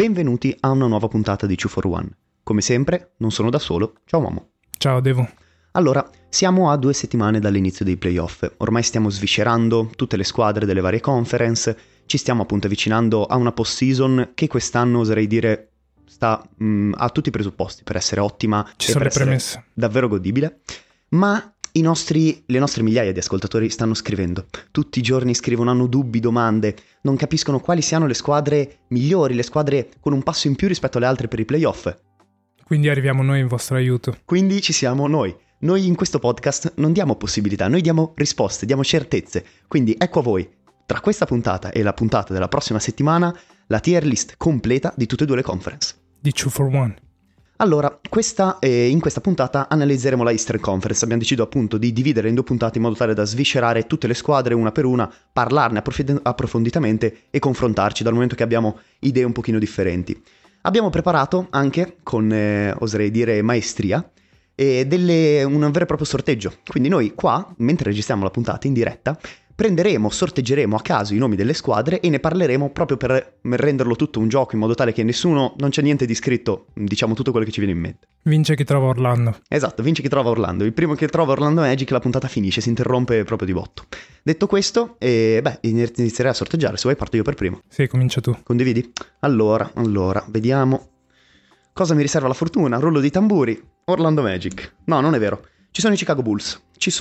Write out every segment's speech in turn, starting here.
benvenuti a una nuova puntata di 241. Come sempre, non sono da solo, ciao Momo. Ciao Devo. Allora, siamo a 2 settimane dall'inizio dei playoff, ormai stiamo sviscerando tutte le squadre delle varie conference, ci stiamo appunto avvicinando a una post-season che quest'anno oserei dire sta a tutti i presupposti per essere ottima Ci e sono per le essere premesse. davvero godibile, ma le nostre migliaia di ascoltatori stanno scrivendo, tutti i giorni scrivono, hanno dubbi, domande, non capiscono quali siano le squadre migliori, le squadre con un passo in più rispetto alle altre per i playoff. Quindi arriviamo noi in vostro aiuto. Quindi ci siamo noi. Noi in questo podcast non diamo possibilità, noi diamo risposte, diamo certezze. Quindi ecco a voi, tra questa puntata e la puntata della prossima settimana, la tier list completa di tutte e due le conference. Di 241. Allora, in questa puntata analizzeremo la Eastern Conference. Abbiamo deciso appunto di dividere in 2 puntate in modo tale da sviscerare tutte le squadre una per una, parlarne approfonditamente e confrontarci, dal momento che abbiamo idee un pochino differenti. Abbiamo preparato anche, con oserei dire maestria, un vero e proprio sorteggio. Quindi noi qua, mentre registriamo la puntata in diretta, sorteggeremo a caso i nomi delle squadre e ne parleremo proprio per renderlo tutto un gioco, in modo tale che non c'è niente di scritto, diciamo tutto quello che ci viene in mente. Vince chi trova Orlando. Esatto, vince chi trova Orlando. Il primo che trova Orlando Magic, la puntata finisce, si interrompe proprio di botto. Detto questo, inizierei a sorteggiare. Se vuoi parto io per primo. Sì, comincia tu. Condividi? Allora, vediamo cosa mi riserva la fortuna. Rullo di tamburi. Orlando Magic. No, non è vero. Ci sono i Chicago Bulls.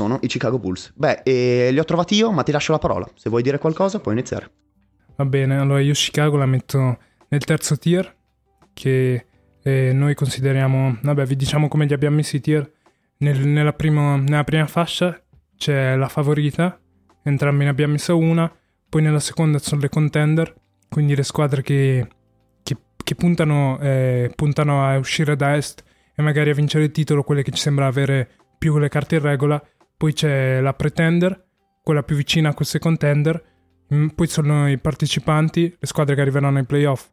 Li ho trovati io, ma ti lascio la parola. Se vuoi dire qualcosa, puoi iniziare. Va bene, allora io Chicago la metto nel terzo tier, che noi consideriamo... Vabbè, vi diciamo come li abbiamo messi i tier. Nella prima fascia c'è la favorita, entrambi ne abbiamo messa una. Poi nella seconda sono le contender, quindi le squadre che puntano a uscire da est e magari a vincere il titolo, quelle che ci sembra avere più le carte in regola. Poi c'è la pretender, quella più vicina a queste contender. Poi sono i partecipanti, le squadre che arriveranno ai playoff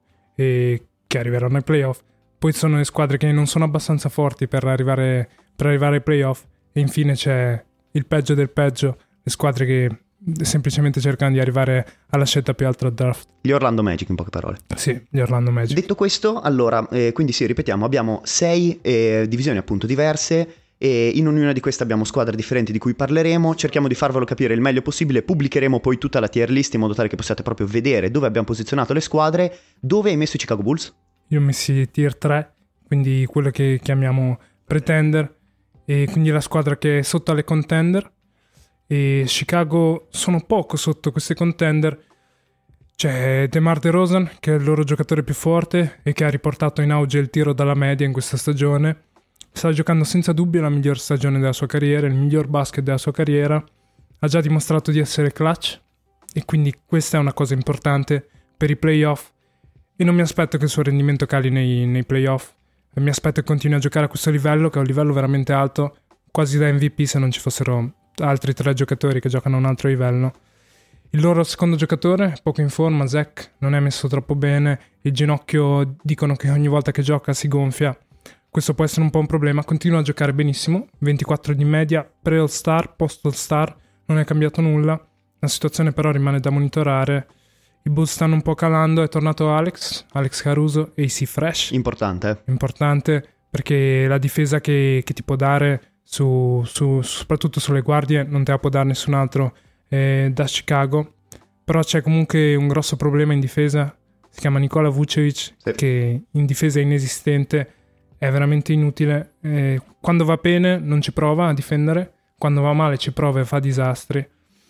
Poi sono le squadre che non sono abbastanza forti per arrivare ai playoff. E infine c'è il peggio del peggio, le squadre che semplicemente cercano di arrivare alla scelta più alta al draft. Gli Orlando Magic, in poche parole. Sì, gli Orlando Magic. Detto questo, allora, quindi sì, ripetiamo, abbiamo 6 divisioni appunto diverse, e in ognuna di queste abbiamo squadre differenti di cui parleremo. Cerchiamo di farvelo capire il meglio possibile. Pubblicheremo poi tutta la tier list in modo tale che possiate proprio vedere dove abbiamo posizionato le squadre. Dove hai messo i Chicago Bulls? Io ho messi tier 3, quindi quello che chiamiamo pretender, e quindi la squadra che è sotto alle contender. E Chicago sono poco sotto queste contender. C'è DeMar DeRozan, che è il loro giocatore più forte e che ha riportato in auge il tiro dalla media in questa stagione. Sta giocando senza dubbio la miglior stagione della sua carriera, il miglior basket della sua carriera. Ha già dimostrato di essere clutch e quindi questa è una cosa importante per i playoff. E non mi aspetto che il suo rendimento cali nei playoff. Mi aspetto che continui a giocare a questo livello, che è un livello veramente alto, quasi da MVP se non ci fossero altri 3 giocatori che giocano a un altro livello. Il loro secondo giocatore è poco in forma, Zach, non è messo troppo bene, il ginocchio dicono che ogni volta che gioca si gonfia. Questo può essere un po' un problema. Continua a giocare benissimo, 24 di media, pre-All-Star, post-All-Star, non è cambiato nulla. La situazione però rimane da monitorare. I Bulls stanno un po' calando, è tornato Alex Caruso e AC Fresh. Importante perché la difesa che ti può dare soprattutto sulle guardie non te la può dare nessun altro da Chicago. Però c'è comunque un grosso problema in difesa, si chiama Nikola Vucevic, sì, che in difesa è inesistente, è veramente inutile. Quando va bene non ci prova a difendere, quando va male ci prova e fa disastri.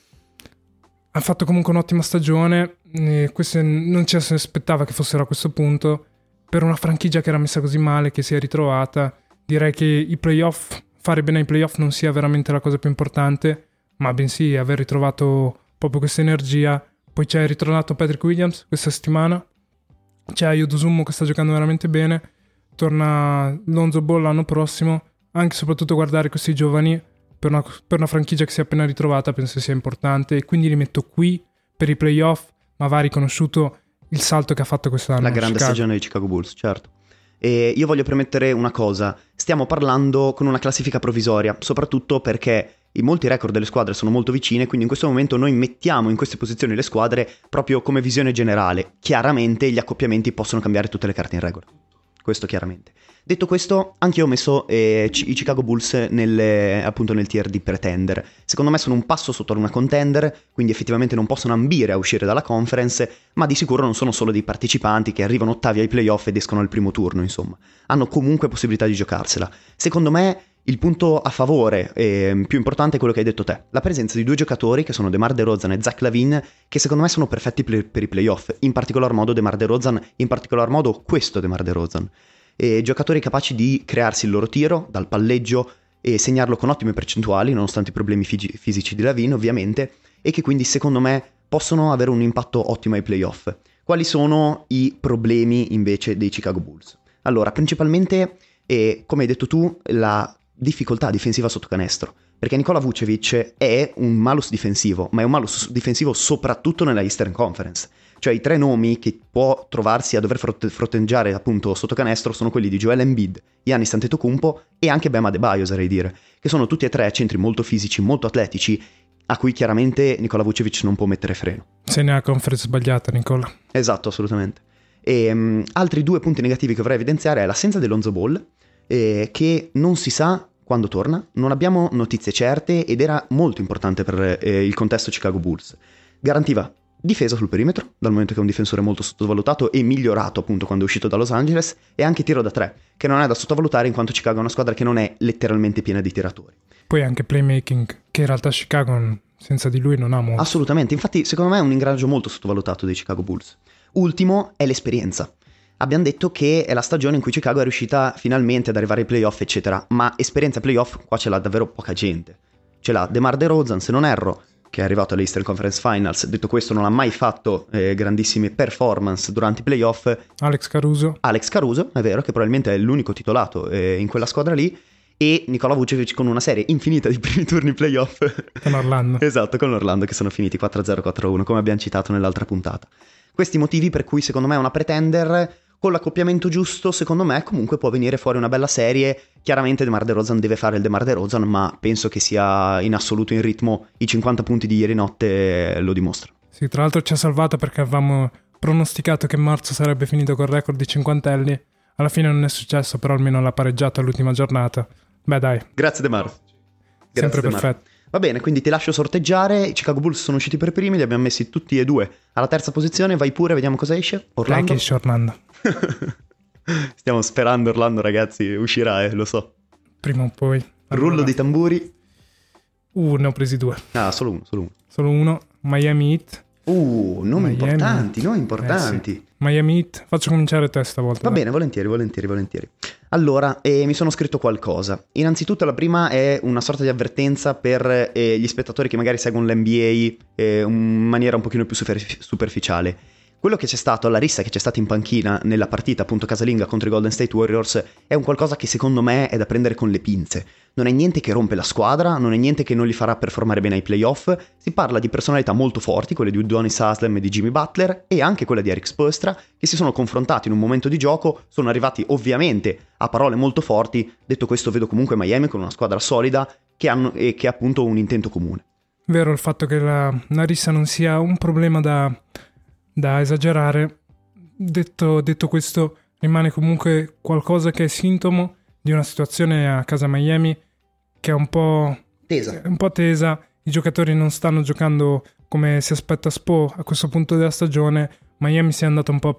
Ha fatto comunque un'ottima stagione, questo non ci si aspettava che fossero a questo punto. Per una franchigia che era messa così male, che si è ritrovata, direi che i playoff, fare bene ai playoff non sia veramente la cosa più importante, ma bensì aver ritrovato proprio questa energia. Poi c'è ritornato Patrick Williams questa settimana, c'è Ayo Dosunmu che sta giocando veramente bene, torna Lonzo Ball l'anno prossimo. Anche e soprattutto guardare questi giovani per una franchigia che si è appena ritrovata penso sia importante, e quindi li metto qui per i playoff, ma va riconosciuto il salto che ha fatto quest'anno la grande stagione dei Chicago Bulls, certo. E io voglio premettere una cosa, stiamo parlando con una classifica provvisoria, soprattutto perché i molti record delle squadre sono molto vicine, quindi in questo momento noi mettiamo in queste posizioni le squadre proprio come visione generale. Chiaramente gli accoppiamenti possono cambiare tutte le carte in regola, questo chiaramente. Detto questo, anche io ho messo i Chicago Bulls appunto nel tier di pretender. Secondo me sono un passo sotto una contender, quindi effettivamente non possono ambire a uscire dalla conference, ma di sicuro non sono solo dei partecipanti che arrivano ottavi ai playoff ed escono al primo turno, insomma. Hanno comunque possibilità di giocarsela. Secondo me il punto a favore più importante è quello che hai detto te, la presenza di due giocatori che sono DeMar DeRozan e Zach LaVine, che secondo me sono perfetti per i playoff, in particolar modo DeMar DeRozan, in particolar modo questo DeMar DeRozan. Giocatori capaci di crearsi il loro tiro dal palleggio e segnarlo con ottime percentuali, nonostante i problemi fisici di LaVine ovviamente, e che quindi secondo me possono avere un impatto ottimo ai playoff. Quali sono i problemi invece dei Chicago Bulls? Allora, principalmente, come hai detto tu, la difficoltà difensiva sotto canestro, perché Nikola Vucevic è un malus difensivo, ma è un malus difensivo soprattutto nella Eastern Conference. Cioè i tre nomi che può trovarsi a dover fronteggiare appunto sotto canestro sono quelli di Joel Embiid, Giannis Antetokounmpo e anche Bam Adebayo, oserei dire, che sono tutti e tre centri molto fisici, molto atletici, a cui chiaramente Nikola Vucevic non può mettere freno. Sei nella conference sbagliata, Nicola. Esatto, assolutamente. E altri due punti negativi che vorrei evidenziare è l'assenza di Lonzo Ball, che non si sa quando torna, non abbiamo notizie certe ed era molto importante per il contesto Chicago Bulls. Garantiva difesa sul perimetro, dal momento che è un difensore molto sottovalutato e migliorato appunto quando è uscito da Los Angeles, e anche tiro da tre, che non è da sottovalutare in quanto Chicago è una squadra che non è letteralmente piena di tiratori. Poi anche playmaking, che in realtà Chicago senza di lui non ha molto. Assolutamente, infatti secondo me è un ingranaggio molto sottovalutato dei Chicago Bulls. Ultimo è l'esperienza. Abbiamo detto che è la stagione in cui Chicago è riuscita finalmente ad arrivare ai playoff eccetera, ma esperienza playoff qua ce l'ha davvero poca gente. Ce l'ha DeMar DeRozan, se non erro, che è arrivato alle Eastern Conference Finals. Detto questo, non ha mai fatto grandissime performance durante i playoff. Alex Caruso, è vero, che probabilmente è l'unico titolato in quella squadra lì, e Nikola Vucevic con una serie infinita di primi turni playoff con Orlando. Esatto, con Orlando, che sono finiti 4-0, 4-1, come abbiamo citato nell'altra puntata. Questi motivi per cui secondo me è una pretender. Con l'accoppiamento giusto, secondo me, comunque può venire fuori una bella serie. Chiaramente DeMar DeRozan deve fare il DeMar DeRozan, ma penso che sia in assoluto in ritmo. I 50 punti di ieri notte lo dimostrano. Sì, tra l'altro ci ha salvato perché avevamo pronosticato che marzo sarebbe finito col record di cinquantelli. Alla fine non è successo, però almeno l'ha pareggiato all'ultima giornata. Beh, dai. Grazie DeMar. Sempre perfetto. Va bene, quindi ti lascio sorteggiare. I Chicago Bulls sono usciti per primi, li abbiamo messi tutti e due alla terza posizione. Vai pure, vediamo cosa esce. Orlando. Dai che esce Orlando. Stiamo sperando Orlando, ragazzi, uscirà, lo so. Prima o poi. Allora. Rullo di tamburi. Ne ho presi due. Ah, solo uno. Solo uno. Miami Heat. Nomi importanti. Sì. Miami Heat. Faccio cominciare te stavolta. Va bene, volentieri. Allora, mi sono scritto qualcosa. Innanzitutto la prima è una sorta di avvertenza per gli spettatori che magari seguono l'NBA in maniera un pochino più superficiale. Quello che c'è stato, la rissa che c'è stata in panchina nella partita appunto casalinga contro i Golden State Warriors è un qualcosa che secondo me è da prendere con le pinze. Non è niente che rompe la squadra, non è niente che non li farà performare bene ai playoff. Si parla di personalità molto forti, quelle di Udonis Haslem e di Jimmy Butler, e anche quella di Eric Spoelstra, che si sono confrontati in un momento di gioco, sono arrivati ovviamente a parole molto forti. Detto questo, vedo comunque Miami con una squadra solida che ha appunto un intento comune. Vero il fatto che la rissa non sia un problema da esagerare. Detto questo, rimane comunque qualcosa che è sintomo di una situazione a casa Miami che è un po' tesa. I giocatori non stanno giocando come si aspetta Spo a questo punto della stagione. Miami si è andato un po' a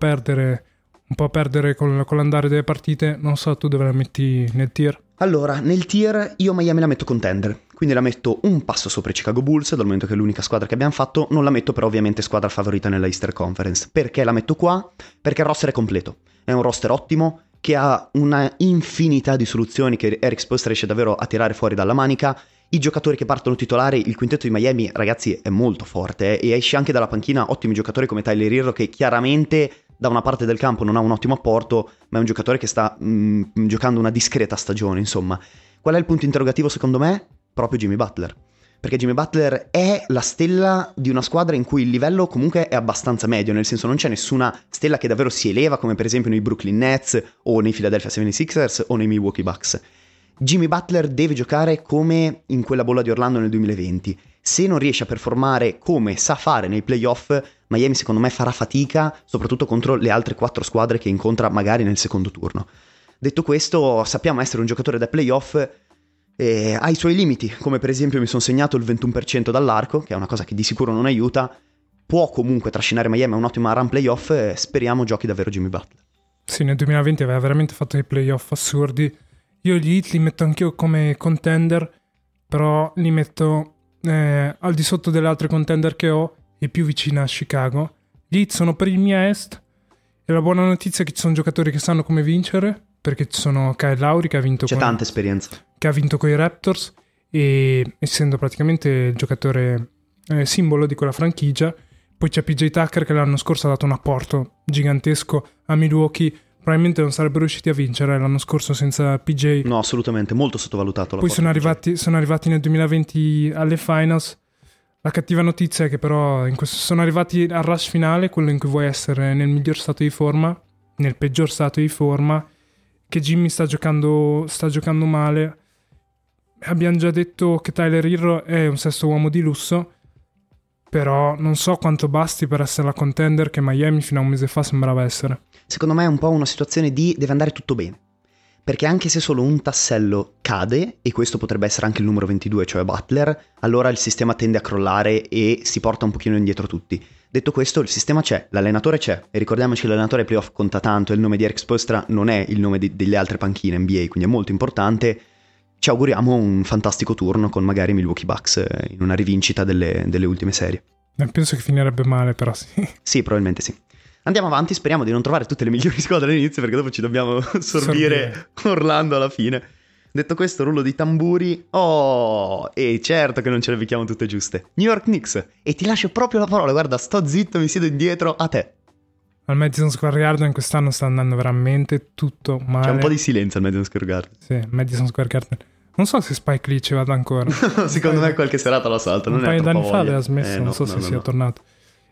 perdere con l'andare delle partite. Non so, tu dove la metti nel tier? Allora, nel tier io Miami la metto contender, quindi la metto un passo sopra i Chicago Bulls, dal momento che è l'unica squadra che abbiamo fatto. Non la metto però ovviamente squadra favorita nella Eastern Conference. Perché la metto qua? Perché il roster è completo, è un roster ottimo, che ha una infinità di soluzioni che Eric Spoelstra riesce davvero a tirare fuori dalla manica. I giocatori che partono titolari, il quintetto di Miami, ragazzi, è molto forte, e esce anche dalla panchina ottimi giocatori come Tyler Herro, che chiaramente da una parte del campo non ha un ottimo apporto, ma è un giocatore che sta giocando una discreta stagione, insomma. Qual è il punto interrogativo secondo me? Proprio Jimmy Butler. Perché Jimmy Butler è la stella di una squadra in cui il livello comunque è abbastanza medio, nel senso non c'è nessuna stella che davvero si eleva, come per esempio nei Brooklyn Nets o nei Philadelphia 76ers o nei Milwaukee Bucks. Jimmy Butler deve giocare come in quella bolla di Orlando nel 2020. Se non riesce a performare come sa fare nei playoff, Miami secondo me farà fatica, soprattutto contro le altre 4 squadre che incontra magari nel secondo turno. Detto questo, sappiamo essere un giocatore da playoff, ha i suoi limiti, come per esempio mi sono segnato il 21% dall'arco, che è una cosa che di sicuro non aiuta. Può comunque trascinare Miami a un'ottima run playoff, speriamo giochi davvero Jimmy Butler. Sì, nel 2020 aveva veramente fatto dei playoff assurdi. Io gli Heat li metto anch'io come contender, però li metto al di sotto delle altre contender che ho e più vicina a Chicago. Gli Heat sono primi a est e la buona notizia è che ci sono giocatori che sanno come vincere, perché ci sono Kyle Lowry che ha vinto tanta esperienza, che ha vinto con i Raptors, e essendo praticamente il giocatore simbolo di quella franchigia. Poi c'è PJ Tucker che l'anno scorso ha dato un apporto gigantesco a Milwaukee. Probabilmente non sarebbero riusciti a vincere l'anno scorso senza PJ. No, assolutamente, molto sottovalutato. Poi sono arrivati nel 2020 alle finals. La cattiva notizia è che però sono arrivati al rush finale, quello in cui vuoi essere nel miglior stato di forma, nel peggior stato di forma, che Jimmy sta giocando male. Abbiamo già detto che Tyler Herro è un sesto uomo di lusso, però non so quanto basti per essere la contender che Miami fino a un mese fa sembrava essere. Secondo me è un po' una situazione di deve andare tutto bene, perché anche se solo un tassello cade, e questo potrebbe essere anche il numero 22, cioè Butler, allora il sistema tende a crollare e si porta un pochino indietro tutti. Detto questo, il sistema c'è, l'allenatore c'è, e ricordiamoci che l'allenatore ai playoff conta tanto, e il nome di Eric Spoelstra non è il nome delle altre panchine NBA, quindi è molto importante. Ci auguriamo un fantastico turno con magari Milwaukee Bucks in una rivincita delle ultime serie. Penso che finirebbe male, però sì. Sì, probabilmente sì. Andiamo avanti, speriamo di non trovare tutte le migliori squadre all'inizio, perché dopo ci dobbiamo sorbire Orlando alla fine. Detto questo, rullo di tamburi. Oh, e certo che non ce le becchiamo tutte giuste. New York Knicks. E ti lascio proprio la parola, guarda, sto zitto, mi siedo indietro, a te. Al Madison Square Garden quest'anno sta andando veramente tutto male. C'è un po' di silenzio al Madison Square Garden. Sì, Madison Square Garden. Non so se Spike Lee ci vada ancora. Secondo me qualche serata la salta. Un paio d'anni fa aveva smesso, non so se sia tornato.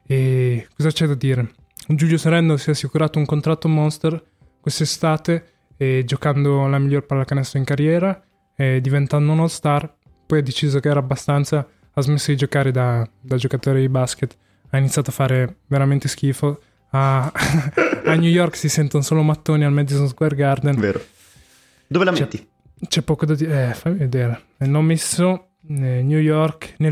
E cosa c'è da dire? Julius Randle si è assicurato un contratto monster quest'estate, giocando la miglior pallacanestro in carriera, diventando un all-star. Poi ha deciso che era abbastanza, ha smesso di giocare da giocatore di basket, ha iniziato a fare veramente schifo. A New York si sentono solo mattoni al Madison Square Garden. Vero. Dove la metti? C'è poco da dire. Fammi vedere. L'ho messo New York nella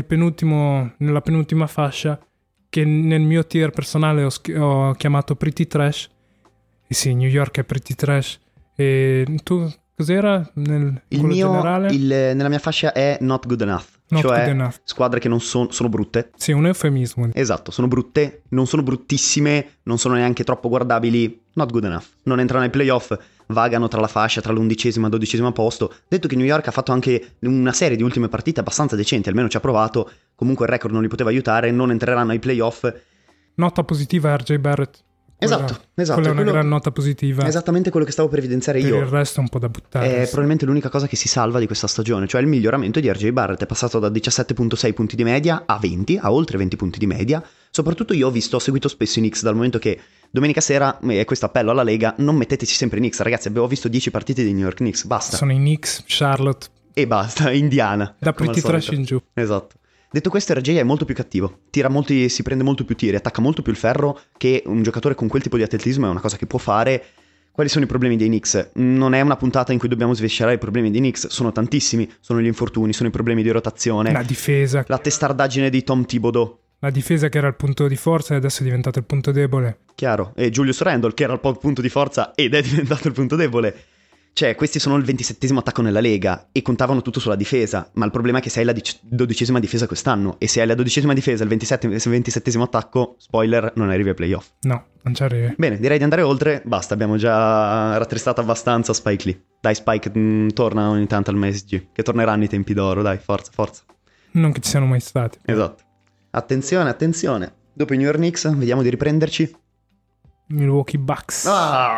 penultima fascia, che nel mio tier personale ho chiamato Pretty Trash. E sì, New York è Pretty Trash. E tu cos'era nel mio generale? Nella mia fascia è Not Good Enough. Squadre che non sono brutte. Sì, un eufemismo. Esatto, sono brutte, non sono bruttissime, non sono neanche troppo guardabili. Not good enough. Non entrano nei playoff, vagano tra la fascia, tra l'11° e il 12° posto. Detto che New York ha fatto anche una serie di ultime partite abbastanza decenti, almeno ci ha provato. Comunque il record non li poteva aiutare, non entreranno ai playoff. Nota positiva a RJ Barrett. Esatto. Quella è una gran nota positiva. Esattamente quello che stavo per evidenziare io. Per il resto è un po' da buttare. È probabilmente l'unica cosa che si salva di questa stagione, cioè il miglioramento di RJ Barrett. È passato da 17.6 punti di media a oltre 20 punti di media. Soprattutto io ho seguito spesso i Knicks, dal momento che domenica sera, e questo appello alla Lega, non metteteci sempre i Knicks, ragazzi. Abbiamo visto 10 partite di New York Knicks, basta. Sono i Knicks, Charlotte e basta, Indiana. Da Pretty Trash in giù. Esatto. Detto questo, RJ è molto più cattivo, si prende molto più tiri, attacca molto più il ferro, che un giocatore con quel tipo di atletismo è una cosa che può fare. Quali sono i problemi dei Knicks? Non è una puntata in cui dobbiamo sviscerare i problemi dei Knicks, sono tantissimi, sono gli infortuni, sono i problemi di rotazione, la difesa, la testardaggine di Tom Thibodeau, la difesa che era il punto di forza e adesso è diventato il punto debole. Chiaro, e Julius Randle che era il punto di forza ed è diventato il punto debole. Cioè, questi sono il 27° attacco nella Lega e contavano tutto sulla difesa, ma il problema è che sei la 12ª difesa quest'anno, e se hai la 12ª difesa e il 27° attacco, spoiler, non arrivi ai playoff. No, non ci arrivi. Bene, direi di andare oltre, basta, abbiamo già rattristato abbastanza Spike Lee. Dai Spike, torna ogni tanto al MSG, che torneranno i tempi d'oro, dai, forza. Non che ci siano mai stati. Esatto. Attenzione. Dopo i New York Knicks, vediamo di riprenderci. Milwaukee Bucks.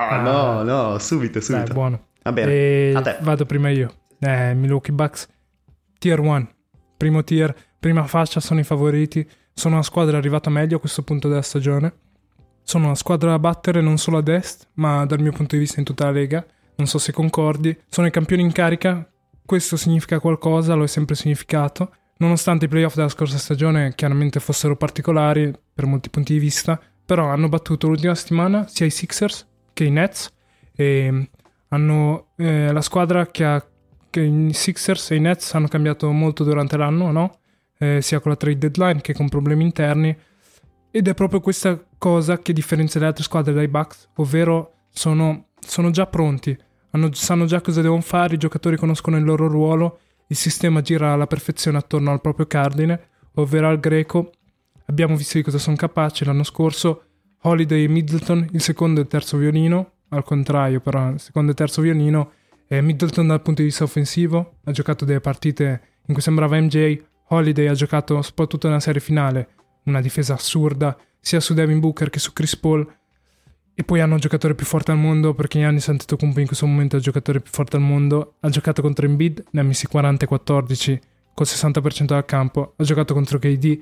No, subito. Dai, buono. Va bene, a te. Vado prima io. Milwaukee Bucks, Tier 1, primo tier, prima fascia, sono i favoriti. Sono una squadra arrivata meglio a questo punto della stagione. Sono una squadra da battere non solo ad est, ma dal mio punto di vista in tutta la Lega. Non so se concordi. Sono i campioni in carica, questo significa qualcosa, lo è sempre significato, nonostante i playoff della scorsa stagione chiaramente fossero particolari per molti punti di vista, però hanno battuto l'ultima settimana sia i Sixers che i Nets, e hanno la squadra che i Sixers e i Nets hanno cambiato molto durante l'anno, no? Sia con la trade deadline che con problemi interni, ed è proprio questa cosa che differenzia le altre squadre dai Bucks, ovvero sono già pronti, sanno già cosa devono fare, i giocatori conoscono il loro ruolo, il sistema gira alla perfezione attorno al proprio cardine, ovvero al greco. Abbiamo visto di cosa sono capaci l'anno scorso. Holiday e Middleton, il secondo e il terzo violino, al contrario però il secondo e terzo violino. Middleton dal punto di vista offensivo ha giocato delle partite in cui sembrava MJ. Holiday ha giocato soprattutto nella serie finale una difesa assurda sia su Devin Booker che su Chris Paul, e poi hanno il giocatore più forte al mondo, perché Giannis Antetokounmpo in questo momento è il giocatore più forte al mondo. Ha giocato contro Embiid, ne ha messi 40-14 col 60% dal campo, ha giocato contro KD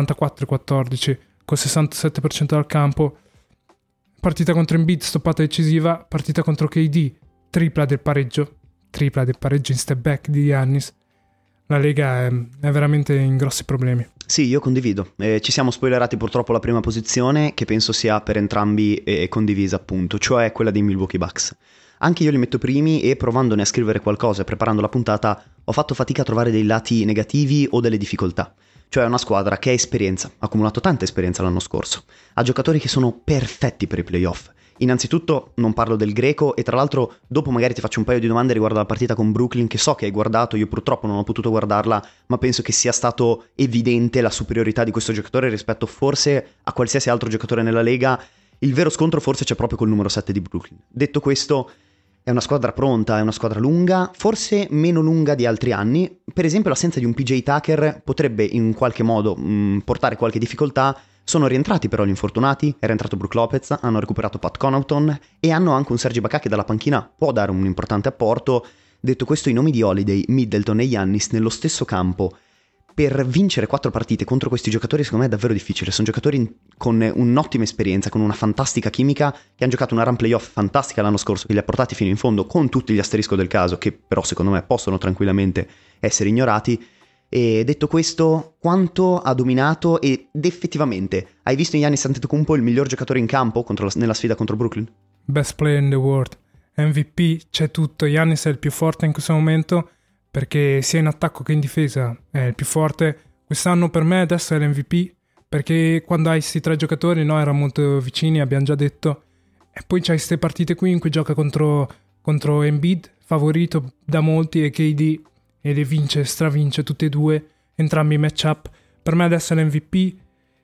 44-14 col 67% dal campo. Partita contro Embiid stoppata decisiva, partita contro KD tripla del pareggio in step back di Giannis. La Lega è veramente in grossi problemi. Sì, io condivido. Ci siamo spoilerati purtroppo la prima posizione, che penso sia per entrambi condivisa, appunto, cioè quella dei Milwaukee Bucks. Anche io li metto primi, e provandone a scrivere qualcosa e preparando la puntata ho fatto fatica a trovare dei lati negativi o delle difficoltà. Cioè è una squadra che ha esperienza, ha accumulato tanta esperienza l'anno scorso, ha giocatori che sono perfetti per i playoff. Innanzitutto non parlo del greco, e tra l'altro dopo magari ti faccio un paio di domande riguardo alla partita con Brooklyn, che so che hai guardato, io purtroppo non ho potuto guardarla, ma penso che sia stato evidente la superiorità di questo giocatore rispetto forse a qualsiasi altro giocatore nella Lega. Il vero scontro forse c'è proprio col numero 7 di Brooklyn. Detto questo, è una squadra pronta, è una squadra lunga, forse meno lunga di altri anni. Per esempio l'assenza di un PJ Tucker potrebbe in qualche modo portare qualche difficoltà. Sono rientrati però gli infortunati, è rientrato Brook Lopez, hanno recuperato Pat Connaughton e hanno anche un Serge Ibaka che dalla panchina può dare un importante apporto. Detto questo, i nomi di Holiday, Middleton e Giannis nello stesso campo per vincere 4 partite contro questi giocatori secondo me è davvero difficile. Sono giocatori con un'ottima esperienza, con una fantastica chimica, che hanno giocato una run playoff fantastica l'anno scorso, che li ha portati fino in fondo con tutti gli asterisco del caso, che però secondo me possono tranquillamente essere ignorati. E detto questo, quanto ha dominato, ed effettivamente hai visto in Giannis Antetokounmpo il miglior giocatore in campo nella sfida contro Brooklyn? Best player in the world, MVP, c'è tutto. Giannis è il più forte in questo momento, perché sia in attacco che in difesa è il più forte. Quest'anno per me adesso è l'MVP, perché quando hai questi 3 giocatori no, erano molto vicini, abbiamo già detto, e poi c'hai queste partite qui in cui gioca contro Embiid, favorito da molti, e KD, e le stravince tutte e due, entrambi i matchup. Per me adesso è l'MVP.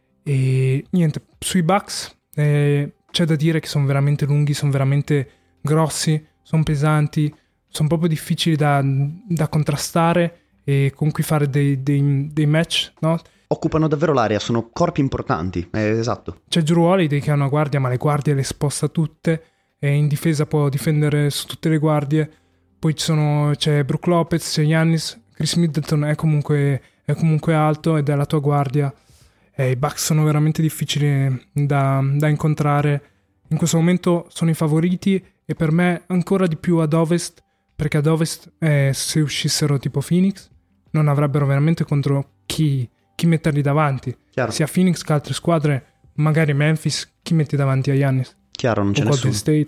E niente, sui Bucks c'è da dire che sono veramente lunghi, sono veramente grossi, sono pesanti, sono proprio difficili da contrastare e con cui fare dei match, no? Occupano davvero l'area, sono corpi importanti, esatto. C'è Jrue Holiday che ha una guardia, ma le guardie le sposta tutte, e in difesa può difendere su tutte le guardie. Poi c'è Brook Lopez, c'è Giannis, Chris Middleton è comunque alto ed è la tua guardia. I Bucks sono veramente difficili da incontrare. In questo momento sono i favoriti, e per me ancora di più ad Ovest, perché ad Ovest se uscissero tipo Phoenix non avrebbero veramente contro chi metterli davanti. Chiaro. Sia Phoenix che altre squadre, magari Memphis, chi metti davanti a Giannis? Chiaro, non c'è nessuno. State.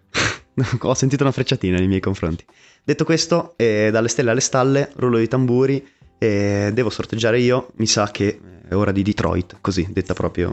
Ho sentito una frecciatina nei miei confronti. Detto questo, dalle stelle alle stalle, rullo di tamburi, devo sorteggiare io. Mi sa che è ora di Detroit, così, detta proprio.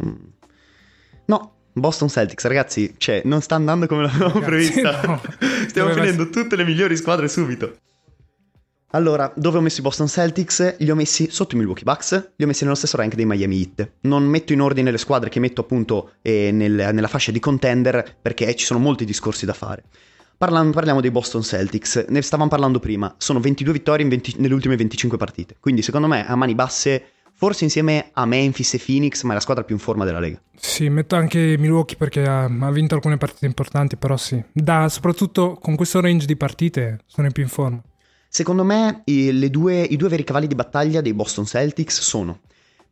No, Boston Celtics, ragazzi, non sta andando come l'avevamo prevista. No. Stiamo finendo tutte le migliori squadre subito. Allora, dove ho messo i Boston Celtics? Li ho messi sotto i Milwaukee Bucks, li ho messi nello stesso rank dei Miami Heat. Non metto in ordine le squadre che metto appunto nella fascia di contender, perché ci sono molti discorsi da fare. Parliamo dei Boston Celtics, ne stavamo parlando prima, sono 22 vittorie nelle ultime 25 partite, quindi secondo me a mani basse, forse insieme a Memphis e Phoenix, ma è la squadra più in forma della Lega. Sì, metto anche Milwaukee perché ha vinto alcune partite importanti, però sì, soprattutto con questo range di partite sono i più in forma. Secondo me i due veri cavalli di battaglia dei Boston Celtics sono,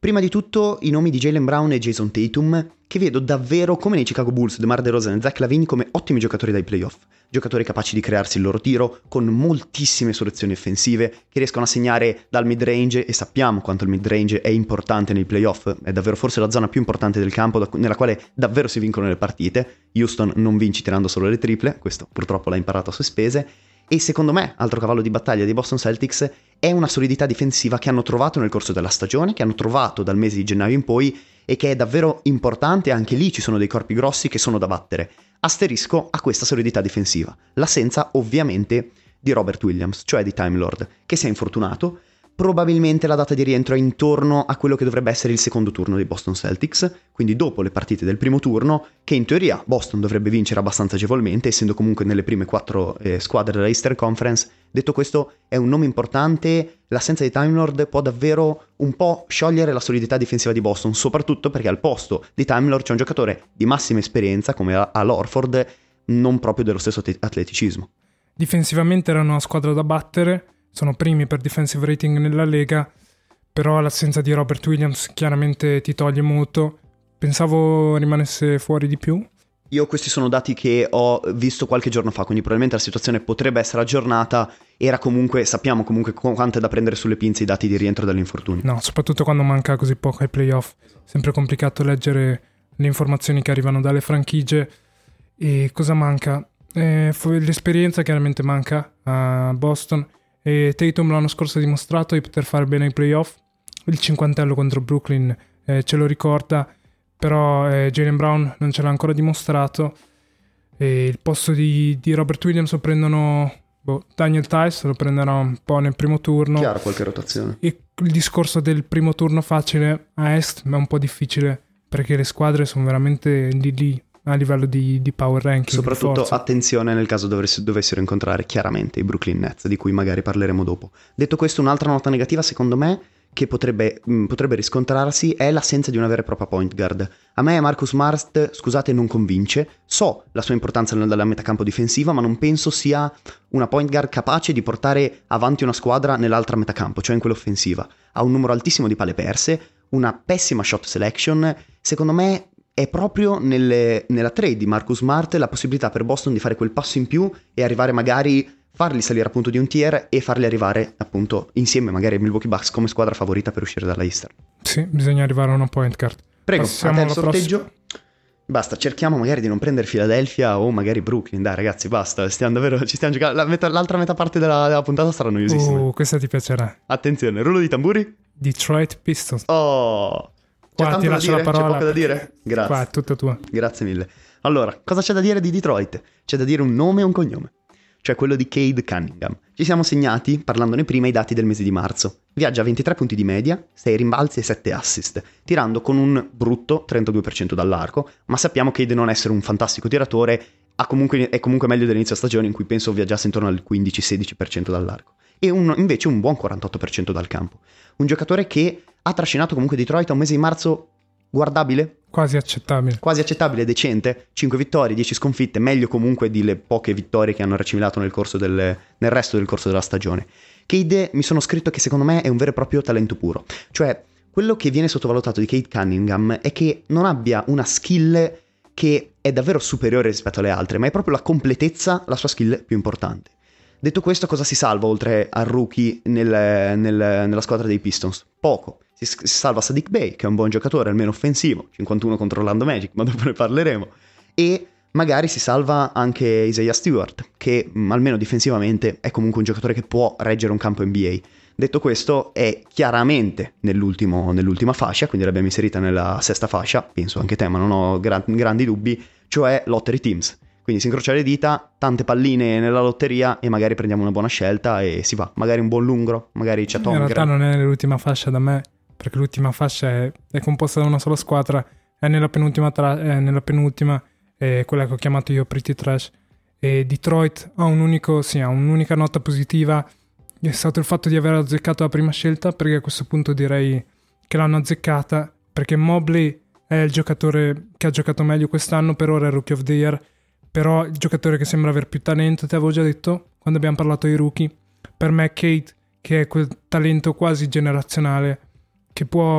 Prima di tutto i nomi di Jaylen Brown e Jason Tatum, che vedo davvero come nei Chicago Bulls, DeMar DeRozan e Zach LaVine come ottimi giocatori dai playoff, giocatori capaci di crearsi il loro tiro con moltissime soluzioni offensive che riescono a segnare dal mid-range, e sappiamo quanto il mid-range è importante nei playoff, è davvero forse la zona più importante del campo nella quale davvero si vincono le partite. Houston non vinci tirando solo le triple, questo purtroppo l'ha imparato a sue spese. E secondo me, altro cavallo di battaglia dei Boston Celtics è una solidità difensiva che hanno trovato nel corso della stagione, che hanno trovato dal mese di gennaio in poi e che è davvero importante. Anche lì ci sono dei corpi grossi che sono da battere. Asterisco a questa solidità difensiva l'assenza ovviamente di Robert Williams, cioè di Time Lord, che si è infortunato. Probabilmente la data di rientro è intorno a quello che dovrebbe essere il secondo turno dei Boston Celtics, quindi dopo le partite del primo turno, che in teoria Boston dovrebbe vincere abbastanza agevolmente, essendo comunque nelle prime 4 squadre della Eastern Conference. Detto questo, è un nome importante, l'assenza di Time Lord può davvero un po' sciogliere la solidità difensiva di Boston, soprattutto perché al posto di Time Lord c'è un giocatore di massima esperienza come Al Horford, non proprio dello stesso atleticismo. Difensivamente erano una squadra da battere, sono primi per defensive rating nella Lega, però l'assenza di Robert Williams chiaramente ti toglie molto. Pensavo rimanesse fuori di più. Io questi sono dati che ho visto qualche giorno fa, quindi probabilmente la situazione potrebbe essere aggiornata. Sappiamo comunque quanto è da prendere sulle pinze i dati di rientro dall'infortunio. No, soprattutto quando manca così poco ai playoff. Sempre complicato leggere le informazioni che arrivano dalle franchigie. E cosa manca? L'esperienza chiaramente manca a Boston. E Tatum l'anno scorso ha dimostrato di poter fare bene ai playoff. Il cinquantello contro Brooklyn ce lo ricorda, però Jaylen Brown non ce l'ha ancora dimostrato. E il posto di Robert Williams lo prendono Daniel Tice, lo prenderà un po' nel primo turno. Chiaro, qualche rotazione. E il discorso del primo turno facile a Est è un po' difficile, perché le squadre sono veramente lì a livello di power ranking. Soprattutto attenzione nel caso dovessero incontrare chiaramente i Brooklyn Nets, di cui magari parleremo dopo. Detto questo, un'altra nota negativa secondo me che potrebbe riscontrarsi è l'assenza di una vera e propria point guard. A me Marcus Smart, scusate, non convince. So la sua importanza nella metacampo difensiva, ma non penso sia una point guard capace di portare avanti una squadra nell'altra metacampo, cioè in quella offensiva. Ha un numero altissimo di palle perse, una pessima shot selection. Secondo me è proprio nella trade di Marcus Smart la possibilità per Boston di fare quel passo in più e arrivare magari, farli salire appunto di un tier e farli arrivare appunto insieme magari ai Milwaukee Bucks come squadra favorita per uscire dalla Eastern. Sì, bisogna arrivare a una point guard. Prego, passiamo a te il alla sorteggio. prossima. Basta, cerchiamo magari di non prendere Philadelphia o magari Brooklyn. Dai ragazzi, basta, ci stiamo giocando. L'altra metà parte della puntata sarà noiosissima. Questa ti piacerà. Attenzione, rullo di tamburi. Detroit Pistons. Oh, c'è Qua tanto ti da lascio dire? la parola. C'è poco da dire? Grazie. Qua è tutta tua. Grazie mille. Allora, cosa c'è da dire di Detroit? C'è da dire un nome e un cognome, cioè quello di Cade Cunningham. Ci siamo segnati, parlandone prima, i dati del mese di marzo. Viaggia a 23 punti di media, 6 rimbalzi e 7 assist, tirando con un brutto 32% dall'arco, ma sappiamo Cade non essere un fantastico tiratore, è comunque meglio dell'inizio stagione in cui penso viaggiasse intorno al 15-16% dall'arco. E invece un buon 48% dal campo. Un giocatore che ha trascinato comunque Detroit a un mese di marzo guardabile, quasi accettabile, decente, 5 vittorie, 10 sconfitte, meglio comunque di le poche vittorie che hanno racimilato nel resto del corso della stagione. Cade, mi sono scritto che secondo me è un vero e proprio talento puro, cioè quello che viene sottovalutato di Cade Cunningham è che non abbia una skill che è davvero superiore rispetto alle altre, ma è proprio la completezza la sua skill più importante. Detto questo, cosa si salva oltre al rookie nella squadra dei Pistons? Poco. Si salva Saddiq Bey, che è un buon giocatore, almeno offensivo, 51 contro Orlando Magic, ma dopo ne parleremo. E magari si salva anche Isaiah Stewart, che almeno difensivamente è comunque un giocatore che può reggere un campo NBA. Detto questo, è chiaramente nell'ultima fascia, quindi l'abbiamo inserita nella sesta fascia, penso anche te, ma non ho grandi dubbi, cioè lottery teams. Quindi si incrocia le dita, tante palline nella lotteria e magari prendiamo una buona scelta e si va. Magari un buon lungro, magari c'è Tom. In realtà non è l'ultima fascia da me, perché l'ultima fascia è composta da una sola squadra, è nella penultima, quella che ho chiamato io Pretty Trash. E Detroit ha un'unica nota positiva, è stato il fatto di aver azzeccato la prima scelta, perché a questo punto direi che l'hanno azzeccata, perché Mobley è il giocatore che ha giocato meglio quest'anno, per ora è Rookie of the Year, però il giocatore che sembra aver più talento, te avevo già detto quando abbiamo parlato dei rookie, per me Cade, che è quel talento quasi generazionale che può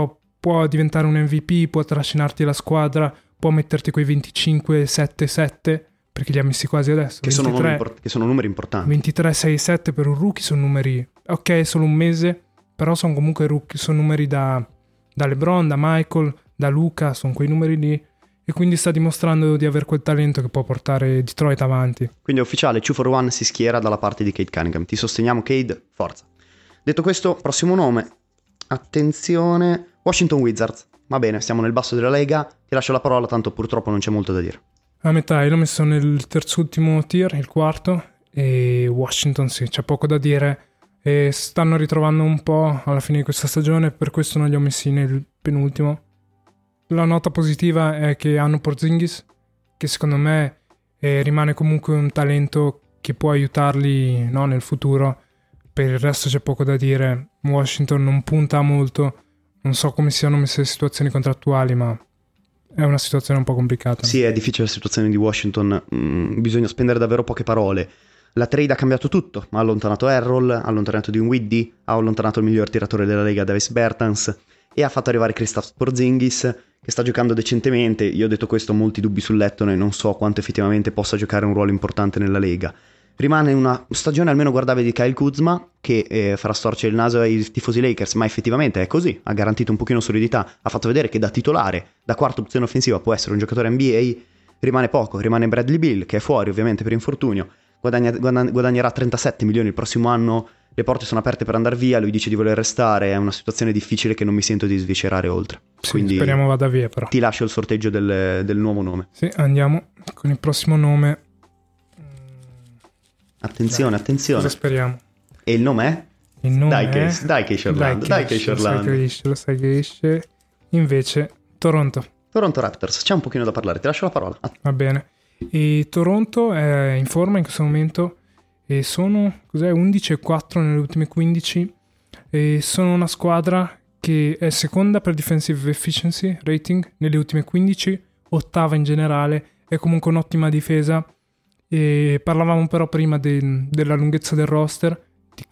può diventare un MVP, può trascinarti la squadra, può metterti quei 25-7-7, perché li ha messi quasi adesso. Che sono numeri importanti. 23-6-7 per un rookie sono numeri, ok, è solo un mese, però sono comunque rookie, sono numeri da LeBron, da Michael, da Luca, sono quei numeri lì. E quindi sta dimostrando di aver quel talento che può portare Detroit avanti. Quindi è ufficiale, 2-for-1 si schiera dalla parte di Cade Cunningham. Ti sosteniamo, Cade, forza. Detto questo, prossimo nome. Attenzione, Washington Wizards. Va bene, siamo nel basso della lega. Ti lascio la parola, tanto purtroppo non c'è molto da dire. A metà, io l'ho messo nel terzultimo tier, il quarto. E Washington sì, c'è poco da dire. E stanno ritrovando un po' alla fine di questa stagione, per questo non li ho messi nel penultimo. La nota positiva è che hanno Porzingis, che secondo me rimane comunque un talento che può aiutarli, no, nel futuro. Per il resto c'è poco da dire. Washington non punta molto, non so come siano messe le situazioni contrattuali, ma è una situazione un po' complicata. Sì, è difficile la situazione di Washington, bisogna spendere davvero poche parole. La trade ha cambiato tutto, ha allontanato Errol, ha allontanato Dinwiddie, ha allontanato il miglior tiratore della Lega, Davis Bertans, e ha fatto arrivare Kristaps Porzingis, che sta giocando decentemente. Io ho detto questo, ho molti dubbi sul Letton e non so quanto effettivamente possa giocare un ruolo importante nella Lega. Rimane una stagione almeno guardabile di Kyle Kuzma, che farà storcere il naso ai tifosi Lakers, ma effettivamente è così, ha garantito un pochino solidità, ha fatto vedere che da titolare, da quarta opzione offensiva può essere un giocatore NBA. Rimane poco, rimane Bradley Beal, che è fuori ovviamente per infortunio, guadagnerà 37 milioni il prossimo anno, le porte sono aperte per andare via, lui dice di voler restare, è una situazione difficile che non mi sento di sviscerare oltre. Sì, quindi speriamo vada via però. Ti lascio il sorteggio del nuovo nome. Sì, andiamo con il prossimo nome. Attenzione. Cosa speriamo? E il nome è? Il nome Dai che esce Orlando. Lo sai che esce. Invece Toronto Raptors, c'è un pochino da parlare, ti lascio la parola. Va bene. E Toronto è in forma in questo momento e sono 11-4 nelle ultime 15 e sono una squadra che è seconda per defensive efficiency rating nelle ultime 15, ottava in generale, è comunque un'ottima difesa. E parlavamo però prima della lunghezza del roster, di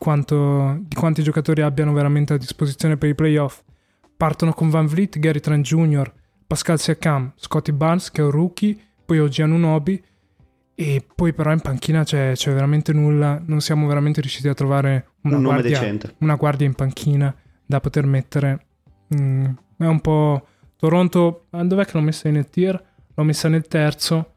quanti giocatori abbiano veramente a disposizione per i playoff. Partono con Van Vliet, Gary Trent Jr., Pascal Siakam, Scottie Barnes che è un rookie, poi OG Anunoby, e poi però in panchina c'è veramente nulla. Non siamo veramente riusciti a trovare un nome decente, una guardia in panchina da poter mettere. È un po' Toronto. Dov'è che l'ho messa nel tier? L'ho messa nel terzo,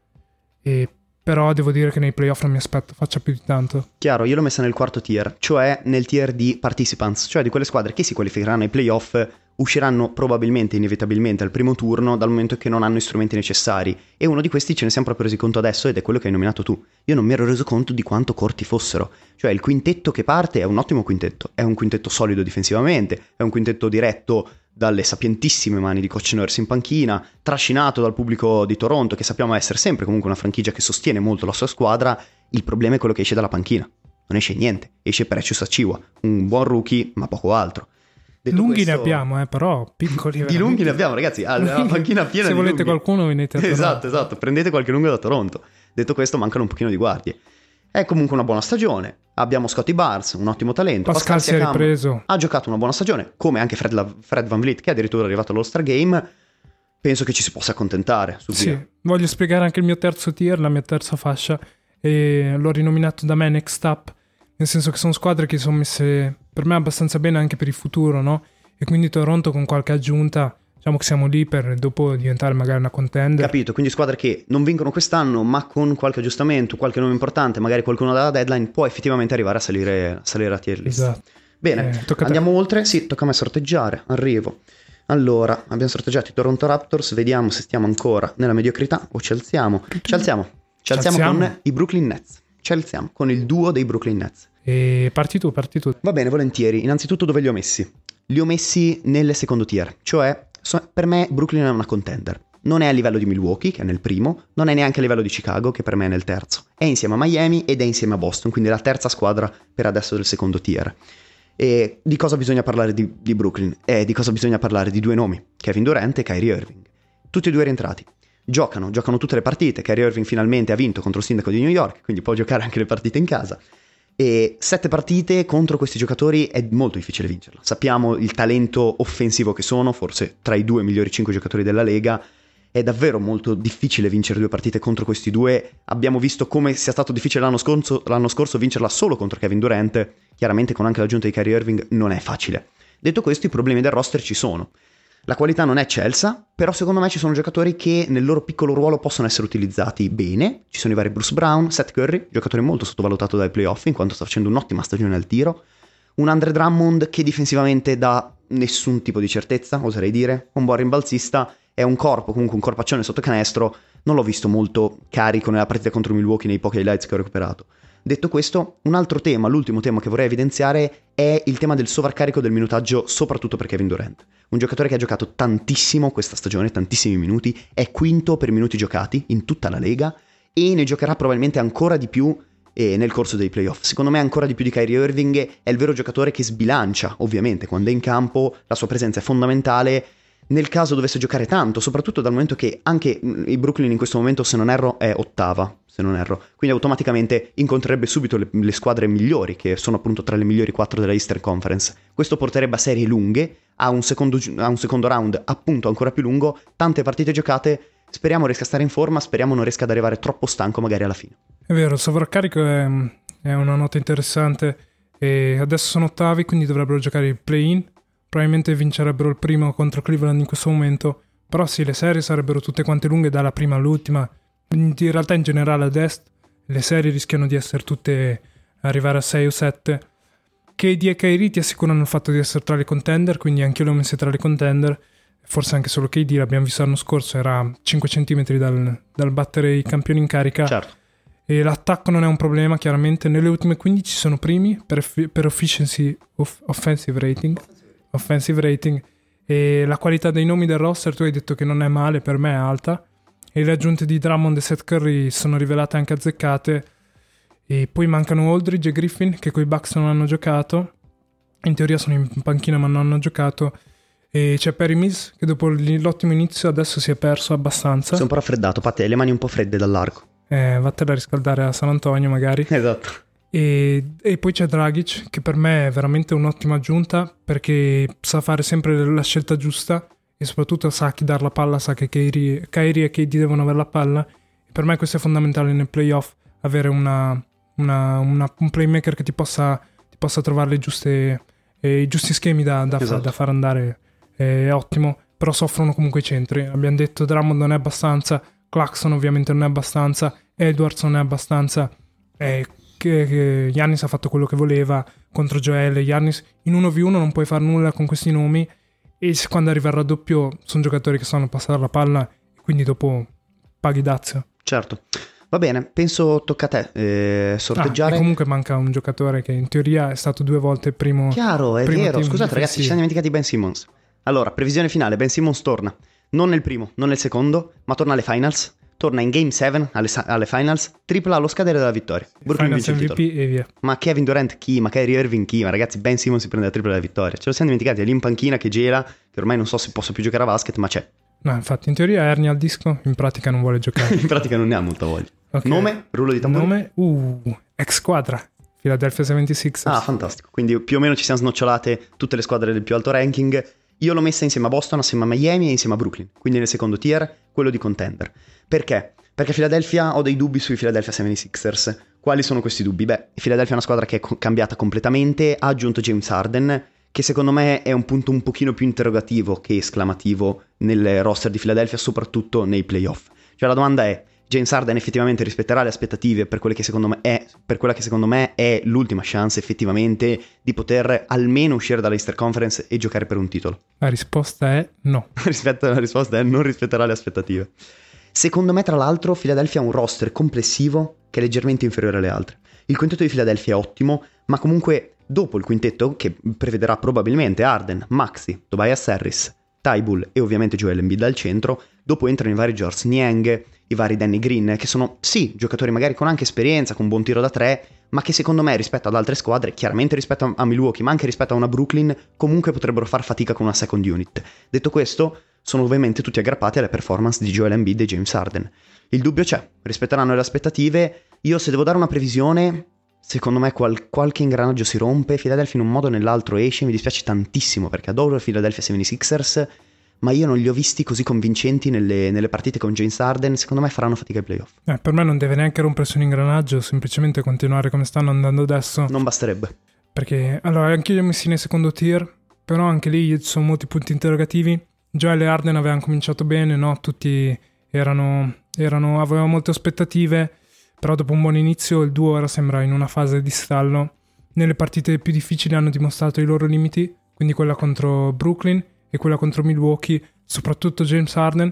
e però devo dire che nei playoff non mi aspetto faccia più di tanto. Chiaro, io l'ho messa nel quarto tier, cioè nel tier di participants, cioè di quelle squadre che si qualificheranno ai playoff, usciranno probabilmente, inevitabilmente al primo turno, dal momento che non hanno i strumenti necessari, e uno di questi ce ne siamo proprio resi conto adesso, ed è quello che hai nominato tu. Io non mi ero reso conto di quanto corti fossero, cioè il quintetto che parte è un ottimo quintetto, è un quintetto solido difensivamente, è un quintetto diretto dalle sapientissime mani di Coach Nurse in panchina, trascinato dal pubblico di Toronto, che sappiamo essere sempre comunque una franchigia che sostiene molto la sua squadra. Il problema è quello che esce dalla panchina, non esce niente, esce Precious Achiuwa, un buon rookie ma poco altro. Detto lunghi questo, ne abbiamo, però piccoli veramente. Di lunghi ne abbiamo, ragazzi, la panchina piena. Se di volete lunghi. Qualcuno venite a Toronto. Esatto, prendete qualche lungo da Toronto. Detto questo, mancano un pochino di guardie. È comunque una buona stagione. Abbiamo Scottie Barnes, un ottimo talento. Pascal si è ripreso. Ha giocato una buona stagione, come anche Fred Van Vliet, che è addirittura arrivato all'All-Star Game. Penso che ci si possa accontentare. Sì, voglio spiegare anche il mio terzo tier, la mia terza fascia, e l'ho rinominato da me Next Up, nel senso che sono squadre che sono messe per me abbastanza bene anche per il futuro, no? E quindi Toronto con qualche aggiunta, diciamo che siamo lì per dopo diventare magari una contender. Capito, quindi squadre che non vincono quest'anno, ma con qualche aggiustamento, qualche nome importante, magari qualcuno dalla deadline, può effettivamente arrivare a salire a tier list. Esatto. Bene, andiamo oltre. Sì, tocca a me sorteggiare, arrivo. Allora, abbiamo sorteggiato i Toronto Raptors, vediamo se stiamo ancora nella mediocrità o ci alziamo. Ci alziamo con i Brooklyn Nets. Ci alziamo con il duo dei Brooklyn Nets. E parti tu. Va bene, volentieri. Innanzitutto dove li ho messi? Li ho messi nel secondo tier, cioè per me Brooklyn è una contender. Non è a livello di Milwaukee, che è nel primo, non è neanche a livello di Chicago, che per me è nel terzo. È insieme a Miami ed è insieme a Boston, quindi la terza squadra per adesso del secondo tier. E di cosa bisogna parlare di Brooklyn? Di cosa bisogna parlare di due nomi, Kevin Durant e Kyrie Irving. Tutti e due rientrati. Giocano tutte le partite. Kyrie Irving finalmente ha vinto contro il sindaco di New York, quindi può giocare anche le partite in casa. E 7 partite contro questi giocatori è molto difficile vincerla. Sappiamo il talento offensivo che sono, forse tra i 2 migliori 5 giocatori della Lega. È davvero molto difficile vincere 2 partite contro questi due. Abbiamo visto come sia stato difficile l'anno scorso vincerla solo contro Kevin Durant. Chiaramente con anche l'aggiunta di Kyrie Irving non è facile. Detto questo, i problemi del roster ci sono. La qualità non è eccelsa, però secondo me ci sono giocatori che nel loro piccolo ruolo possono essere utilizzati bene. Ci sono i vari Bruce Brown, Seth Curry, giocatore molto sottovalutato dai playoff in quanto sta facendo un'ottima stagione al tiro. Un Andre Drummond che difensivamente dà nessun tipo di certezza, oserei dire. Un buon rimbalzista, è un corpo, comunque un corpaccione sotto canestro. Non l'ho visto molto carico nella partita contro Milwaukee nei pochi highlights che ho recuperato. Detto questo, un altro tema, l'ultimo tema che vorrei evidenziare è il tema del sovraccarico del minutaggio, soprattutto per Kevin Durant. Un giocatore che ha giocato tantissimo questa stagione, tantissimi minuti, è quinto per minuti giocati in tutta la Lega e ne giocherà probabilmente ancora di più nel corso dei playoff. Secondo me ancora di più di Kyrie Irving è il vero giocatore che sbilancia, ovviamente, quando è in campo, la sua presenza è fondamentale. Nel caso dovesse giocare tanto, soprattutto dal momento che anche il Brooklyn in questo momento, se non erro, è ottava, se non erro. Quindi automaticamente incontrerebbe subito le squadre migliori, che sono appunto tra le migliori 4 della Eastern Conference. Questo porterebbe a serie lunghe, a un secondo round appunto ancora più lungo, tante partite giocate. Speriamo riesca a stare in forma, speriamo non riesca ad arrivare troppo stanco magari alla fine. È vero, il sovraccarico è una nota interessante e adesso sono ottavi, quindi dovrebbero giocare il play-in. Probabilmente vincerebbero il primo contro Cleveland in questo momento, però sì, le serie sarebbero tutte quante lunghe dalla prima all'ultima. In realtà in generale ad est le serie rischiano di essere tutte arrivare a 6 o 7. KD e Kyrie ti assicurano il fatto di essere tra le contender, quindi anche io le ho messe tra le contender. Forse anche solo KD, l'abbiamo visto l'anno scorso, era 5 centimetri dal battere i campioni in carica. Certo. E l'attacco non è un problema, chiaramente. Nelle ultime 15 sono primi per offensive rating, e la qualità dei nomi del roster, tu hai detto che non è male, per me è alta, e le aggiunte di Drummond e Seth Curry sono rivelate anche azzeccate. E poi mancano Aldridge e Griffin, che coi Bucks non hanno giocato, in teoria sono in panchina ma non hanno giocato, e c'è Perry Mills che dopo l'ottimo inizio adesso si è perso abbastanza. Sei un po' raffreddato, Pate, hai le mani un po' fredde dall'arco. Vattela a riscaldare a San Antonio magari. Esatto. E poi c'è Dragic, che per me è veramente un'ottima aggiunta, perché sa fare sempre la scelta giusta e soprattutto sa a chi dar la palla, sa che Kyrie e KD devono avere la palla. E per me questo è fondamentale nel playoff, avere un playmaker che ti possa trovare i giusti schemi da far andare. È ottimo, però soffrono comunque i centri. Abbiamo detto Drummond non è abbastanza, Claxton ovviamente non è abbastanza, Edwards non è abbastanza, che Giannis ha fatto quello che voleva contro Joel e Giannis in 1v1 non puoi fare nulla con questi nomi, e quando arriva il raddoppio sono giocatori che sanno passare la palla, quindi dopo paghi dazio. Certo, va bene, penso tocca a te sorteggiare. E comunque manca un giocatore che in teoria è stato 2 volte il primo. Chiaro, è vero, scusate ragazzi, ci siamo dimenticati Ben Simmons. Allora, previsione finale, Ben Simmons torna non nel primo, non nel secondo, ma torna alle finals. Torna in Game 7 alle finals, tripla allo scadere della vittoria. Brooklyn vince il MVP titolo. E via. Ma Kevin Durant chi? Ma Kyrie Irving chi? Ma ragazzi, Ben Simmons si prende la tripla della vittoria. Ce lo siamo dimenticati, è lì in panchina che gela, che ormai non so se posso più giocare a basket, ma c'è. No, infatti, in teoria ernia al disco, in pratica non vuole giocare. In pratica non ne ha molta voglia. Okay. Nome? Rullo di tamburi? Nome? Ex squadra. Philadelphia 76ers. Ah, fantastico. Quindi più o meno ci siamo snocciolate tutte le squadre del più alto ranking. Io l'ho messa insieme a Boston, assieme a Miami e insieme a Brooklyn. Quindi nel secondo tier, quello di contender. Perché? Perché Philadelphia, ho dei dubbi sui Philadelphia 76ers. Quali sono questi dubbi? Beh, Philadelphia è una squadra che è cambiata completamente, ha aggiunto James Harden, che secondo me è un punto un pochino più interrogativo che esclamativo nel roster di Philadelphia, soprattutto nei playoff. Cioè la domanda è, James Harden effettivamente rispetterà le aspettative per quella che secondo me è l'ultima chance effettivamente di poter almeno uscire dalla Eastern Conference e giocare per un titolo? La risposta è no. La risposta è non rispetterà le aspettative. Secondo me, tra l'altro, Philadelphia ha un roster complessivo che è leggermente inferiore alle altre. Il quintetto di Philadelphia è ottimo, ma comunque dopo il quintetto, che prevederà probabilmente Harden, Maxey, Tobias Harris, Ty Bull e ovviamente Joel Embiid al centro, dopo entrano i vari George Niang, i vari Danny Green, che sono sì giocatori magari con anche esperienza, con buon tiro da 3, ma che secondo me rispetto ad altre squadre, chiaramente rispetto a Milwaukee, ma anche rispetto a una Brooklyn, comunque potrebbero far fatica con una second unit. Detto questo, sono ovviamente tutti aggrappati alle performance di Joel Embiid e James Harden. Il dubbio c'è, rispetteranno le aspettative. Io se devo dare una previsione, secondo me qualche ingranaggio si rompe. Philadelphia in un modo o nell'altro esce. Mi dispiace tantissimo perché adoro Philadelphia 76ers, ma io non li ho visti così convincenti nelle partite con James Harden. Secondo me faranno fatica ai playoff. Per me non deve neanche rompersi un ingranaggio, semplicemente continuare come stanno andando adesso. Non basterebbe. Perché, allora, anche io li ho messi nel secondo tier, però anche lì ci sono molti punti interrogativi. Joel e Harden avevano cominciato bene, no? Tutti avevano molte aspettative, però dopo un buon inizio il duo ora sembra in una fase di stallo. Nelle partite più difficili hanno dimostrato i loro limiti, quindi quella contro Brooklyn e quella contro Milwaukee, soprattutto James Harden.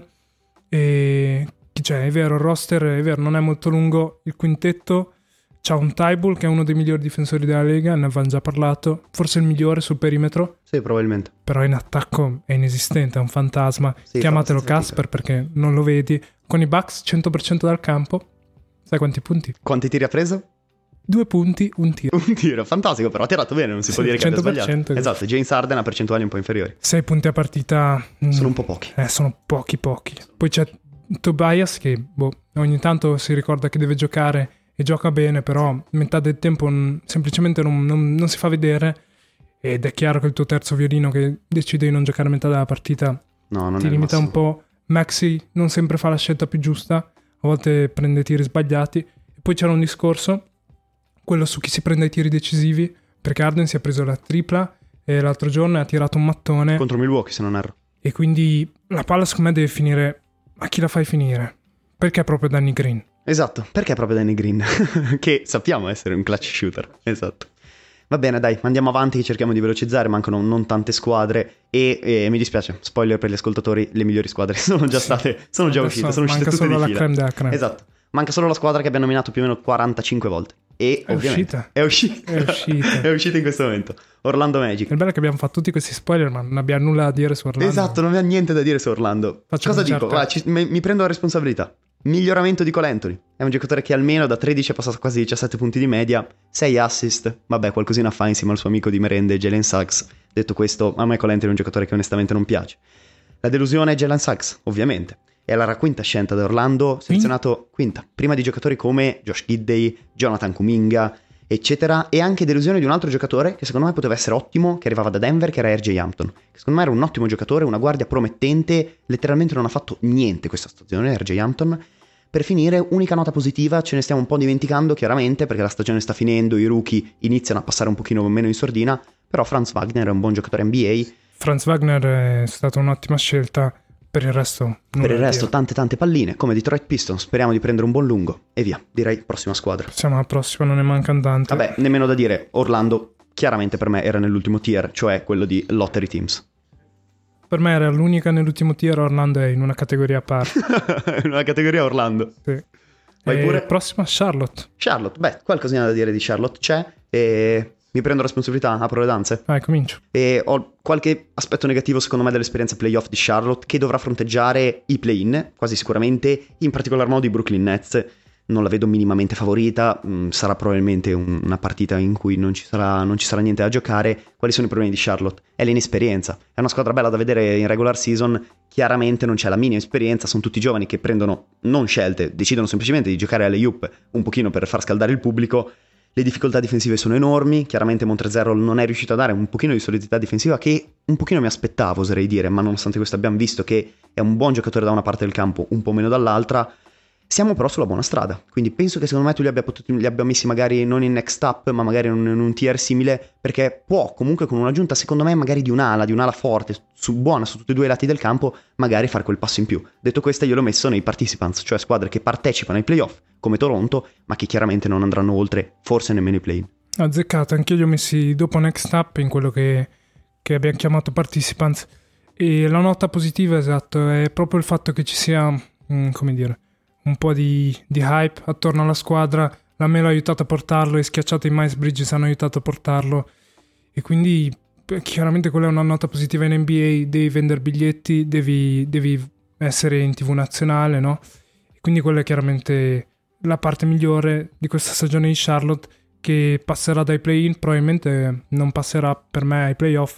E cioè, è vero, il roster è vero, non è molto lungo, il quintetto c'ha un Thybulle che è uno dei migliori difensori della Lega, ne avevamo già parlato, forse il migliore sul perimetro. Sì, probabilmente. Però in attacco è inesistente, è un fantasma. Sì, chiamatelo Casper perché non lo vedi. Con i Bucks 100% dal campo, sai quanti punti? Quanti tiri ha preso? 2 punti, un tiro. Un tiro, fantastico, però ha tirato bene, non si può dire che abbia sbagliato. Esatto, James Harden ha percentuali un po' inferiori. 6 punti a partita. Sono un po' pochi. Sono pochi. Poi c'è Tobias che ogni tanto si ricorda che deve giocare e gioca bene, però metà del tempo semplicemente non si fa vedere, ed è chiaro che il tuo terzo violino che decide di non giocare a metà della partita ti limita un po'. Maxi non sempre fa la scelta più giusta, a volte prende tiri sbagliati. E poi c'era un discorso, quello su chi si prende i tiri decisivi, perché Harden si è preso la tripla e l'altro giorno ha tirato un mattone contro Milwaukee, se non erro, e quindi la palla secondo me deve finire. A chi la fai finire? Perché proprio Danny Green? Esatto, perché proprio Danny Green che sappiamo essere un clutch shooter. Esatto. Va bene, dai, andiamo avanti, che cerchiamo di velocizzare, mancano non tante squadre e mi dispiace, spoiler per gli ascoltatori, le migliori squadre sono già uscite, sono uscite tutte di fila. Creme della creme. Esatto. Manca solo la squadra che abbiamo nominato più o meno 45 volte. E ovviamente è uscita in questo momento. Orlando Magic. Il bello è che abbiamo fatto tutti questi spoiler, ma non abbiamo nulla da dire su Orlando. Esatto, non abbiamo niente da dire su Orlando. Cosa dico? Mi prendo la responsabilità. Miglioramento di Cole Anthony. È un giocatore che almeno da 13 è passato quasi 17 punti di media, 6 assist. Vabbè, qualcosina fa insieme al suo amico di merende Jalen Suggs. Detto questo, a me Cole Anthony è un giocatore che onestamente non piace. La delusione è Jalen Suggs, ovviamente. È la quinta scelta da Orlando, selezionato quinta, prima di giocatori come Josh Giddey, Jonathan Kuminga, eccetera, e anche delusione di un altro giocatore che secondo me poteva essere ottimo, che arrivava da Denver, che era RJ Hampton, che secondo me era un ottimo giocatore, una guardia promettente, letteralmente non ha fatto niente questa stagione RJ Hampton. Per finire, unica nota positiva, ce ne stiamo un po' dimenticando chiaramente perché la stagione sta finendo, i rookie iniziano a passare un pochino meno in sordina, però Franz Wagner è un buon giocatore NBA. Franz Wagner è stata un'ottima scelta. Per il resto tante palline, come Detroit Pistons. Speriamo di prendere un buon lungo e via, direi prossima squadra. Siamo alla prossima, non ne mancano tante. Vabbè, nemmeno da dire, Orlando chiaramente per me era nell'ultimo tier, cioè quello di lottery teams. Per me era l'unica nell'ultimo tier, Orlando è in una categoria a parte. In una categoria Orlando. Sì. Vai pure. Prossima Charlotte, qualcosina da dire di Charlotte c'è e... Mi prendo responsabilità, apro le danze. Comincio. E ho qualche aspetto negativo secondo me dell'esperienza playoff di Charlotte, che dovrà fronteggiare i play-in, quasi sicuramente, in particolar modo i Brooklyn Nets. Non la vedo minimamente favorita, sarà probabilmente una partita in cui non ci sarà niente da giocare. Quali sono i problemi di Charlotte? È l'inesperienza. È una squadra bella da vedere in regular season, chiaramente non c'è la minima esperienza, sono tutti giovani che prendono non scelte, decidono semplicemente di giocare alle alley-oop un pochino per far scaldare il pubblico. Le difficoltà difensive sono enormi, chiaramente Montrezl non è riuscito a dare un pochino di solidità difensiva che un pochino mi aspettavo, oserei dire, ma nonostante questo abbiamo visto che è un buon giocatore da una parte del campo, un po' meno dall'altra. Siamo però sulla buona strada, quindi penso che secondo me tu li abbia messi magari non in next up, ma magari in un tier simile, perché può comunque con un'aggiunta secondo me magari di un'ala forte, buona su tutti e due i lati del campo, magari fare quel passo in più. Detto questo io l'ho messo nei participants, cioè squadre che partecipano ai playoff, come Toronto, ma che chiaramente non andranno oltre, forse nemmeno i play-in. Azzeccato, anche io li ho messi dopo next up in quello che abbiamo chiamato participants, e la nota positiva, esatto, è proprio il fatto che ci sia, come dire, un po' di hype attorno alla squadra. La Melo ha aiutato a portarlo, e schiacciate i Miles Bridges hanno aiutato a portarlo, e quindi chiaramente quella è una nota positiva in NBA. Devi vendere biglietti, devi essere in TV nazionale, no? E quindi quella è chiaramente la parte migliore di questa stagione di Charlotte, che passerà dai play-in, probabilmente non passerà per me ai playoff,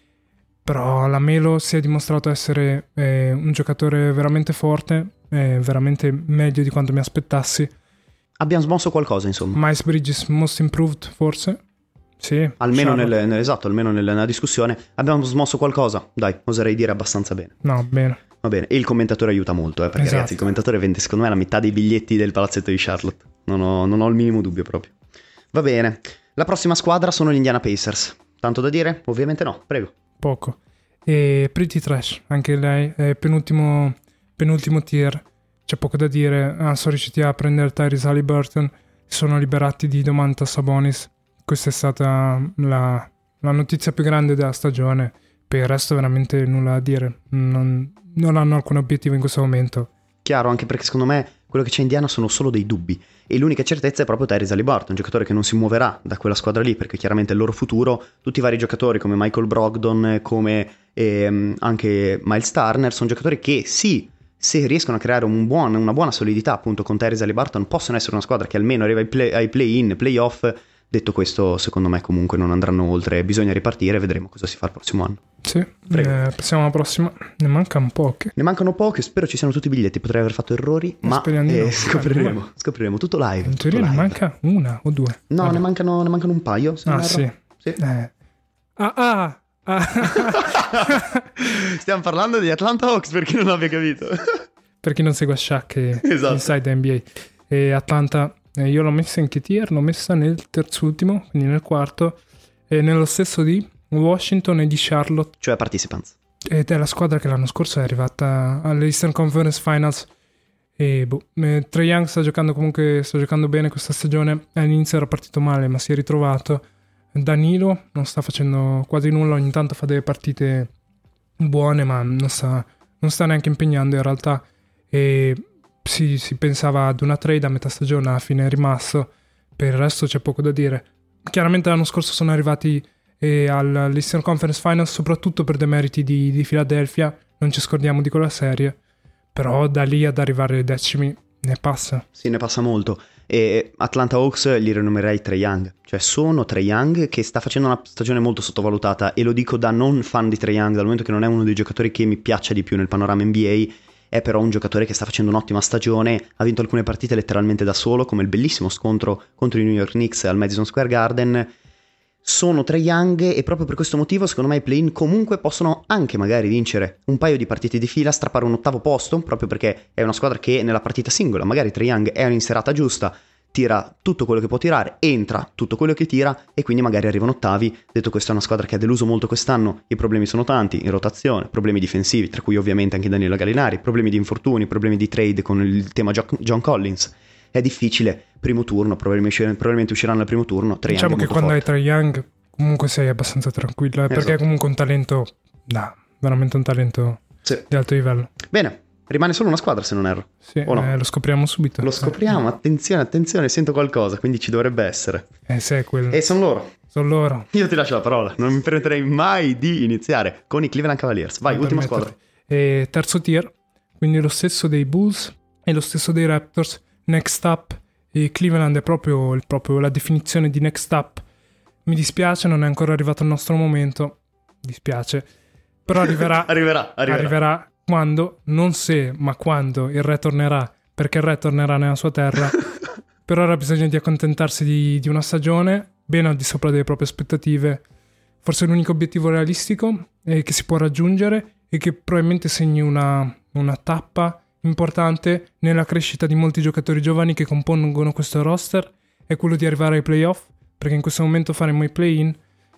però la Melo si è dimostrato essere un giocatore veramente forte, veramente meglio di quanto mi aspettassi. abbiamo smosso qualcosa, insomma. Miles Bridges most improved, forse? Sì. Almeno esatto, almeno nella discussione abbiamo smosso qualcosa. Dai, oserei dire abbastanza bene. No, bene. Va bene, e il commentatore aiuta molto, perché esatto. Ragazzi, il commentatore vende secondo me la metà dei biglietti del palazzetto di Charlotte. Non ho il minimo dubbio proprio. Va bene, la prossima squadra sono gli Indiana Pacers. Tanto da dire? Ovviamente no, prego. Poco. E Pretty Trash, anche lei, è penultimo tier. C'è poco da dire. Sono riusciti a prendere Tyrese Haliburton, si sono liberati di Domantas Sabonis. Questa è stata la notizia più grande della stagione. Per il resto veramente nulla da dire. Non hanno alcun obiettivo in questo momento. Chiaro, anche perché secondo me quello che c'è in Indiana sono solo dei dubbi. E l'unica certezza è proprio Tyrese Haliburton, un giocatore che non si muoverà da quella squadra lì, perché chiaramente il loro futuro, tutti i vari giocatori come Michael Brogdon, come anche Miles Turner, sono giocatori che sì, se riescono a creare una buona solidità appunto con Tyrese Haliburton, possono essere una squadra che almeno arriva ai play-in, play-off. Detto questo, secondo me comunque non andranno oltre, bisogna ripartire e vedremo cosa si fa il prossimo anno. Sì, passiamo alla prossima. Ne mancano poche. Ne mancano poche, spero ci siano tutti i biglietti, potrei aver fatto errori, ma scopriremo, tutto live. In teoria ne manca una o due. No, ne mancano un paio, se non erro. Sì. Stiamo parlando di Atlanta Hawks, per chi non abbia capito. Per chi non segue Shaq e esatto. Inside NBA. E Atlanta, io l'ho messa in che tier? L'ho messa nel terzultimo, quindi nel quarto, e nello stesso di Washington e di Charlotte. Cioè participants. Ed è la squadra che l'anno scorso è arrivata all'Eastern Conference Finals. E Trae Young sta giocando bene questa stagione. All'inizio era partito male, ma si è ritrovato. Danilo non sta facendo quasi nulla, ogni tanto fa delle partite buone, ma non sta neanche impegnando in realtà. E si pensava ad una trade a metà stagione, alla fine è rimasto. Per il resto c'è poco da dire. Chiaramente l'anno scorso sono arrivati all'Eastern Conference Finals soprattutto per demeriti di Philadelphia, non ci scordiamo di quella serie, però da lì ad arrivare ai decimi ne passa. Sì, ne passa molto. E Atlanta Hawks li rinomerei Trae Young, cioè sono Trae Young che sta facendo una stagione molto sottovalutata, e lo dico da non fan di Trae Young, dal momento che non è uno dei giocatori che mi piace di più nel panorama NBA. È però un giocatore che sta facendo un'ottima stagione, ha vinto alcune partite letteralmente da solo, come il bellissimo scontro contro i New York Knicks al Madison Square Garden. Sono Trae Young e proprio per questo motivo secondo me i play-in comunque possono anche magari vincere un paio di partite di fila, strappare un ottavo posto, proprio perché è una squadra che nella partita singola magari Trae Young è in serata giusta, tira tutto quello che può tirare, entra tutto quello che tira e quindi magari arrivano ottavi. Detto questo, è una squadra che ha deluso molto quest'anno, i problemi sono tanti in rotazione, problemi difensivi, tra cui ovviamente anche Danilo Gallinari, problemi di infortuni, problemi di trade con il tema John Collins. È difficile, primo turno, probabilmente usciranno al primo turno. Trae diciamo Young che quando hai Trae Young comunque sei abbastanza tranquillo, perché esatto. È comunque un talento, veramente un talento di alto livello. Bene, rimane solo una squadra se non erro. Sì, o no? Lo scopriamo subito. Lo scopriamo, attenzione, sento qualcosa, quindi ci dovrebbe essere. Sì, è quello. E sono loro. Io ti lascio la parola, non mi permetterei mai di iniziare con i Cleveland Cavaliers. Vai, ultima squadra. Terzo tier, quindi lo stesso dei Bulls e lo stesso dei Raptors. Next up, e Cleveland è proprio la definizione di next up. Mi dispiace, non è ancora arrivato il nostro momento. Dispiace. Però arriverà. arriverà quando, non se, ma quando il re tornerà, perché il re tornerà nella sua terra. Per ora bisogna di accontentarsi di una stagione ben al di sopra delle proprie aspettative. Forse l'unico obiettivo realistico che si può raggiungere e che probabilmente segni una tappa importante nella crescita di molti giocatori giovani che compongono questo roster è quello di arrivare ai playoff, perché in questo momento faremo i play-in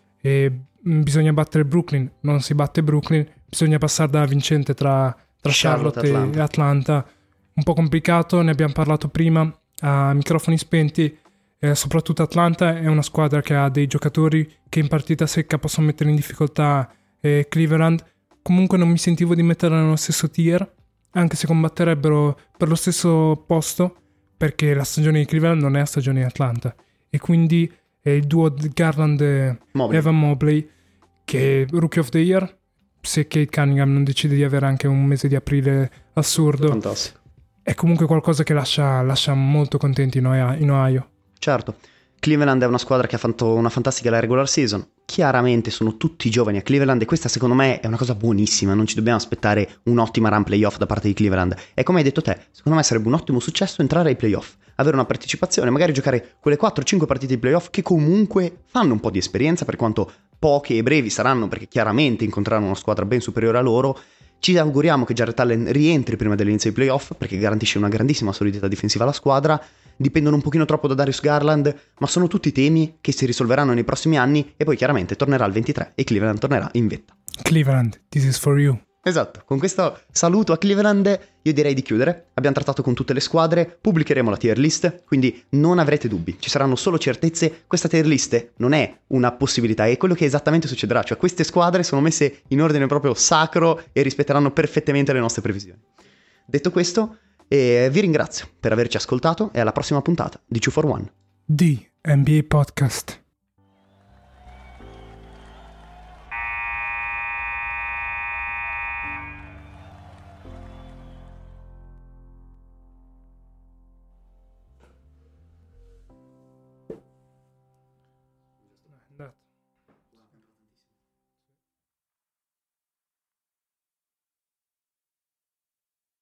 e bisogna battere Brooklyn, non si batte Brooklyn, bisogna passare dalla vincente tra Charlotte e Atlanta. Un po' complicato, ne abbiamo parlato prima a microfoni spenti. Soprattutto Atlanta è una squadra che ha dei giocatori che in partita secca possono mettere in difficoltà Cleveland. Comunque non mi sentivo di metterla nello stesso tier, anche se combatterebbero per lo stesso posto, perché la stagione di Cleveland non è la stagione di Atlanta, e quindi il duo Garland e Evan Mobley, che è Rookie of the Year, se Kate Cunningham non decide di avere anche un mese di aprile assurdo. Fantastico. È comunque qualcosa che lascia molto contenti in Ohio. Certo, Cleveland è una squadra che ha fatto una fantastica regular season, chiaramente sono tutti giovani a Cleveland e questa secondo me è una cosa buonissima, non ci dobbiamo aspettare un'ottima run playoff da parte di Cleveland. E come hai detto te, secondo me sarebbe un ottimo successo entrare ai playoff, avere una partecipazione, magari giocare quelle 4-5 partite di playoff che comunque fanno un po' di esperienza, per quanto poche e brevi saranno, perché chiaramente incontreranno una squadra ben superiore a loro. Ci auguriamo che Jarrett Allen rientri prima dell'inizio dei playoff, perché garantisce una grandissima solidità difensiva alla squadra. Dipendono un pochino troppo da Darius Garland, ma sono tutti temi che si risolveranno nei prossimi anni e poi chiaramente tornerà il 23 e Cleveland tornerà in vetta. Cleveland, this is for you. Esatto, con questo saluto a Cleveland io direi di chiudere. Abbiamo trattato con tutte le squadre, pubblicheremo la tier list, quindi non avrete dubbi, ci saranno solo certezze. Questa tier list non è una possibilità, è quello che esattamente succederà, cioè queste squadre sono messe in ordine proprio sacro e rispetteranno perfettamente le nostre previsioni. Detto questo, vi ringrazio per averci ascoltato e alla prossima puntata di 2 for 1. The NBA Podcast.